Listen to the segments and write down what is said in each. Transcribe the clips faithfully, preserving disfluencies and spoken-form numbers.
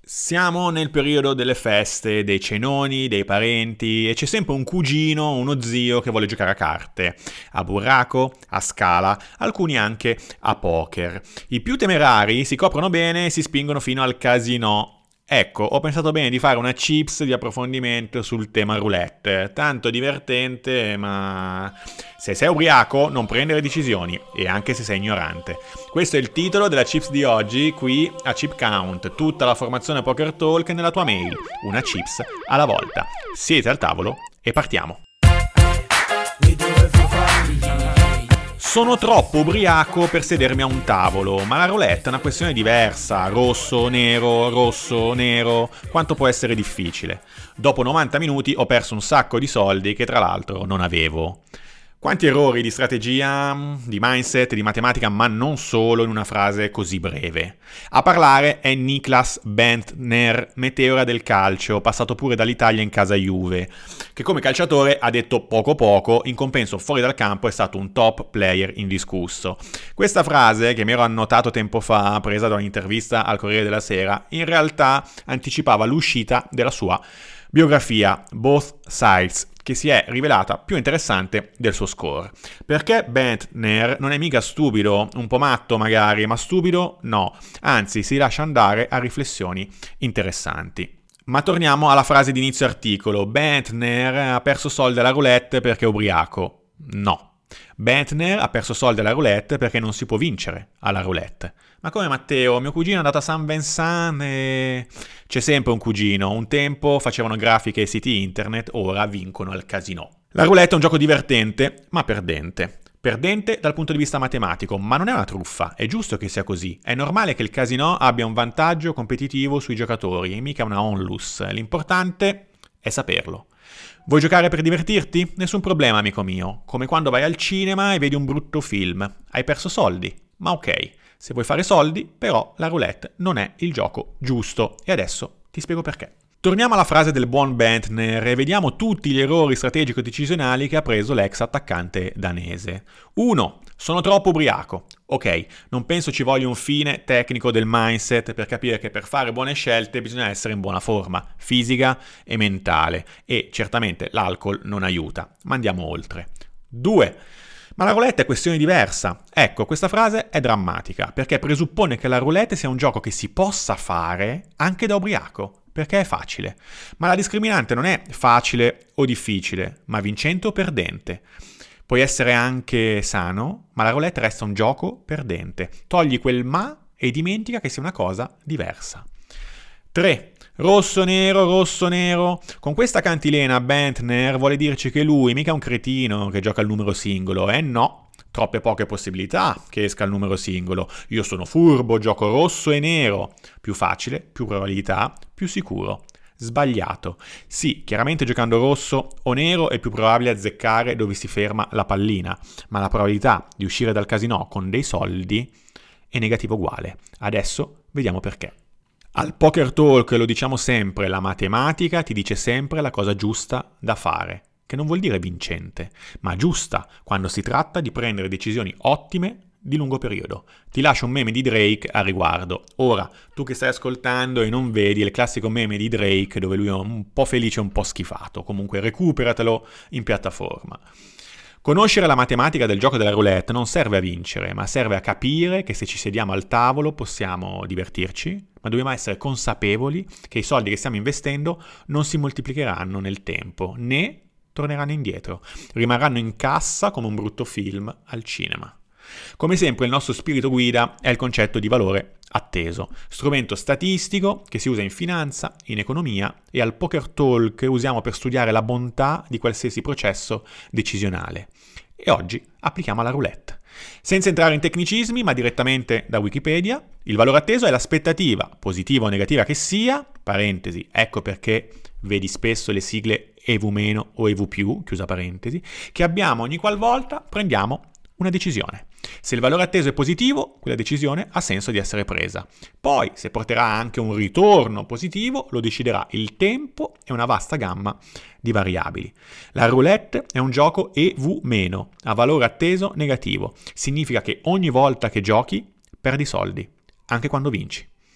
Siamo nel periodo delle feste, dei cenoni, dei parenti e c'è sempre un cugino, uno zio che vuole giocare a carte, a burraco, a scala, alcuni anche a poker. I più temerari si coprono bene e si spingono fino al casino. Ecco, ho pensato bene di fare una chips di approfondimento sul tema roulette. Tanto divertente, ma se sei ubriaco non prendere decisioni, e anche se sei ignorante. Questo è il titolo della chips di oggi, qui a Chip Count, tutta la formazione Poker Talk nella tua mail, una chips alla volta. Siete al tavolo e partiamo. Sono troppo ubriaco per sedermi a un tavolo, ma la roulette è una questione diversa, rosso, nero, rosso, nero, quanto può essere difficile. Dopo novanta minuti ho perso un sacco di soldi che tra l'altro non avevo. Quanti errori di strategia, di mindset, di matematica, ma non solo in una frase così breve. A parlare è Niklas Bendtner, meteora del calcio, passato pure dall'Italia in casa Juve, che come calciatore ha detto poco poco, in compenso fuori dal campo è stato un top player indiscusso. Questa frase, che mi ero annotato tempo fa, presa da un'intervista al Corriere della Sera, in realtà anticipava l'uscita della sua biografia, Both Sides, che si è rivelata più interessante del suo score. Perché Bendtner non è mica stupido, un po' matto magari, ma stupido no, anzi si lascia andare a riflessioni interessanti. Ma torniamo alla frase di inizio articolo. Bendtner ha perso soldi alla roulette perché è ubriaco. No. Bendtner ha perso soldi alla roulette perché non si può vincere alla roulette. Ma come Matteo? Mio cugino è andato a San Vincent e... C'è sempre un cugino. Un tempo facevano grafiche e siti internet, ora vincono al casino. La roulette è un gioco divertente, ma perdente. Perdente dal punto di vista matematico, ma non è una truffa, è giusto che sia così. È normale che il casino abbia un vantaggio competitivo sui giocatori, mica una onlus. L'importante è saperlo. Vuoi giocare per divertirti? Nessun problema, amico mio. Come quando vai al cinema e vedi un brutto film. Hai perso soldi, ma ok. Se vuoi fare soldi, però la roulette non è il gioco giusto. E adesso ti spiego perché. Torniamo alla frase del buon Bendtner e vediamo tutti gli errori strategico-decisionali che ha preso l'ex attaccante danese. uno. Sono troppo ubriaco. Ok, non penso ci voglia un fine tecnico del mindset per capire che per fare buone scelte bisogna essere in buona forma, fisica e mentale, e certamente l'alcol non aiuta. Ma andiamo oltre. due. Ma la roulette è questione diversa. Ecco, questa frase è drammatica, perché presuppone che la roulette sia un gioco che si possa fare anche da ubriaco, perché è facile. Ma la discriminante non è facile o difficile, ma vincente o perdente. Puoi essere anche sano, ma la roulette resta un gioco perdente. Togli quel ma e dimentica che sia una cosa diversa. tre. Rosso-nero, rosso-nero. Con questa cantilena Bendtner vuole dirci che lui mica è un cretino che gioca al numero singolo. Eh no, troppe poche possibilità che esca il numero singolo. Io sono furbo, gioco rosso e nero. Più facile, più probabilità, più sicuro. Sbagliato. Sì, chiaramente giocando rosso o nero è più probabile azzeccare dove si ferma la pallina, ma la probabilità di uscire dal casino con dei soldi è negativa uguale. Adesso vediamo perché. Al Poker Talk lo diciamo sempre, la matematica ti dice sempre la cosa giusta da fare, che non vuol dire vincente, ma giusta quando si tratta di prendere decisioni ottime di lungo periodo. Ti lascio un meme di Drake a riguardo. Ora, tu che stai ascoltando e non vedi il classico meme di Drake dove lui è un po' felice e un po' schifato, comunque recuperatelo in piattaforma. Conoscere la matematica del gioco della roulette non serve a vincere, ma serve a capire che se ci sediamo al tavolo possiamo divertirci, ma dobbiamo essere consapevoli che i soldi che stiamo investendo non si moltiplicheranno nel tempo, né torneranno indietro. Rimarranno in cassa come un brutto film al cinema. Come sempre il nostro spirito guida è il concetto di valore atteso, strumento statistico che si usa in finanza, in economia e al Poker Talk usiamo per studiare la bontà di qualsiasi processo decisionale. E oggi applichiamo alla roulette. Senza entrare in tecnicismi, ma direttamente da Wikipedia, il valore atteso è l'aspettativa, positiva o negativa che sia, parentesi, ecco perché vedi spesso le sigle E V meno o E V più, chiusa parentesi, che abbiamo ogni qualvolta prendiamo una decisione. Se il valore atteso è positivo, quella decisione ha senso di essere presa. Poi, se porterà anche un ritorno positivo, lo deciderà il tempo e una vasta gamma di variabili. La roulette è un gioco E V meno, a valore atteso negativo. Significa che ogni volta che giochi, perdi soldi, anche quando vinci.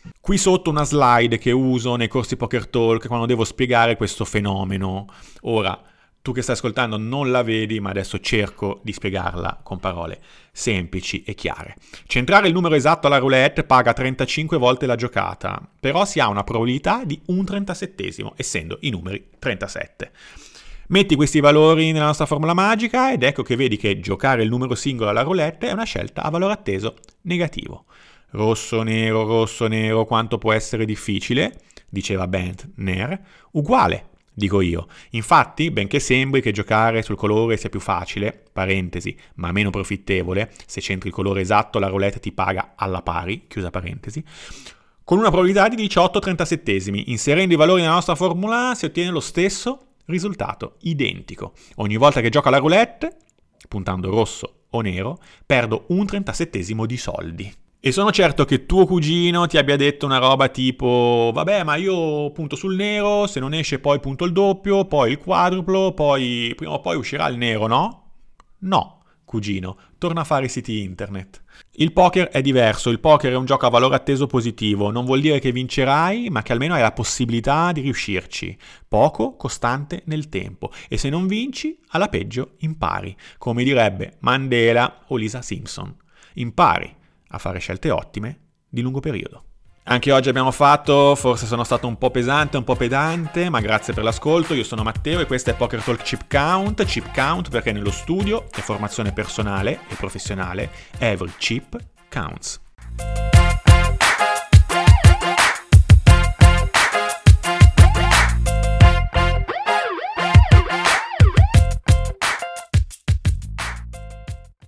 Qui sotto una slide che uso nei corsi Poker Talk quando devo spiegare questo fenomeno. Ora, tu che stai ascoltando non la vedi, ma adesso cerco di spiegarla con parole semplici e chiare. Centrare il numero esatto alla roulette paga trentacinque volte la giocata, però si ha una probabilità di un trentasettesimo, essendo i numeri trentasette. Metti questi valori nella nostra formula magica ed ecco che vedi che giocare il numero singolo alla roulette è una scelta a valore atteso negativo. Rosso, nero, rosso, nero, quanto può essere difficile, diceva Bent Ner, uguale, dico io. Infatti, benché sembri che giocare sul colore sia più facile, parentesi, ma meno profittevole, se centri il colore esatto la roulette ti paga alla pari, chiusa parentesi, con una probabilità di diciotto trentasettesimi, inserendo i valori nella nostra formula si ottiene lo stesso risultato, identico. Ogni volta che gioco alla roulette, puntando rosso o nero, perdo un trentasettesimo di soldi. E sono certo che tuo cugino ti abbia detto una roba tipo vabbè, ma io punto sul nero, se non esce poi punto il doppio, poi il quadruplo, poi prima o poi uscirà il nero, no? No, cugino, torna a fare i siti internet. Il poker è diverso, il poker è un gioco a valore atteso positivo, non vuol dire che vincerai, ma che almeno hai la possibilità di riuscirci. Poco, costante nel tempo, e se non vinci, alla peggio impari, come direbbe Mandela o Lisa Simpson. Impari a fare scelte ottime di lungo periodo. Anche oggi abbiamo fatto, forse sono stato un po' pesante, un po' pedante, ma grazie per l'ascolto. Io sono Matteo e questo è Poker Talk Chip Count. Chip Count perché nello studio e formazione personale e professionale every chip counts.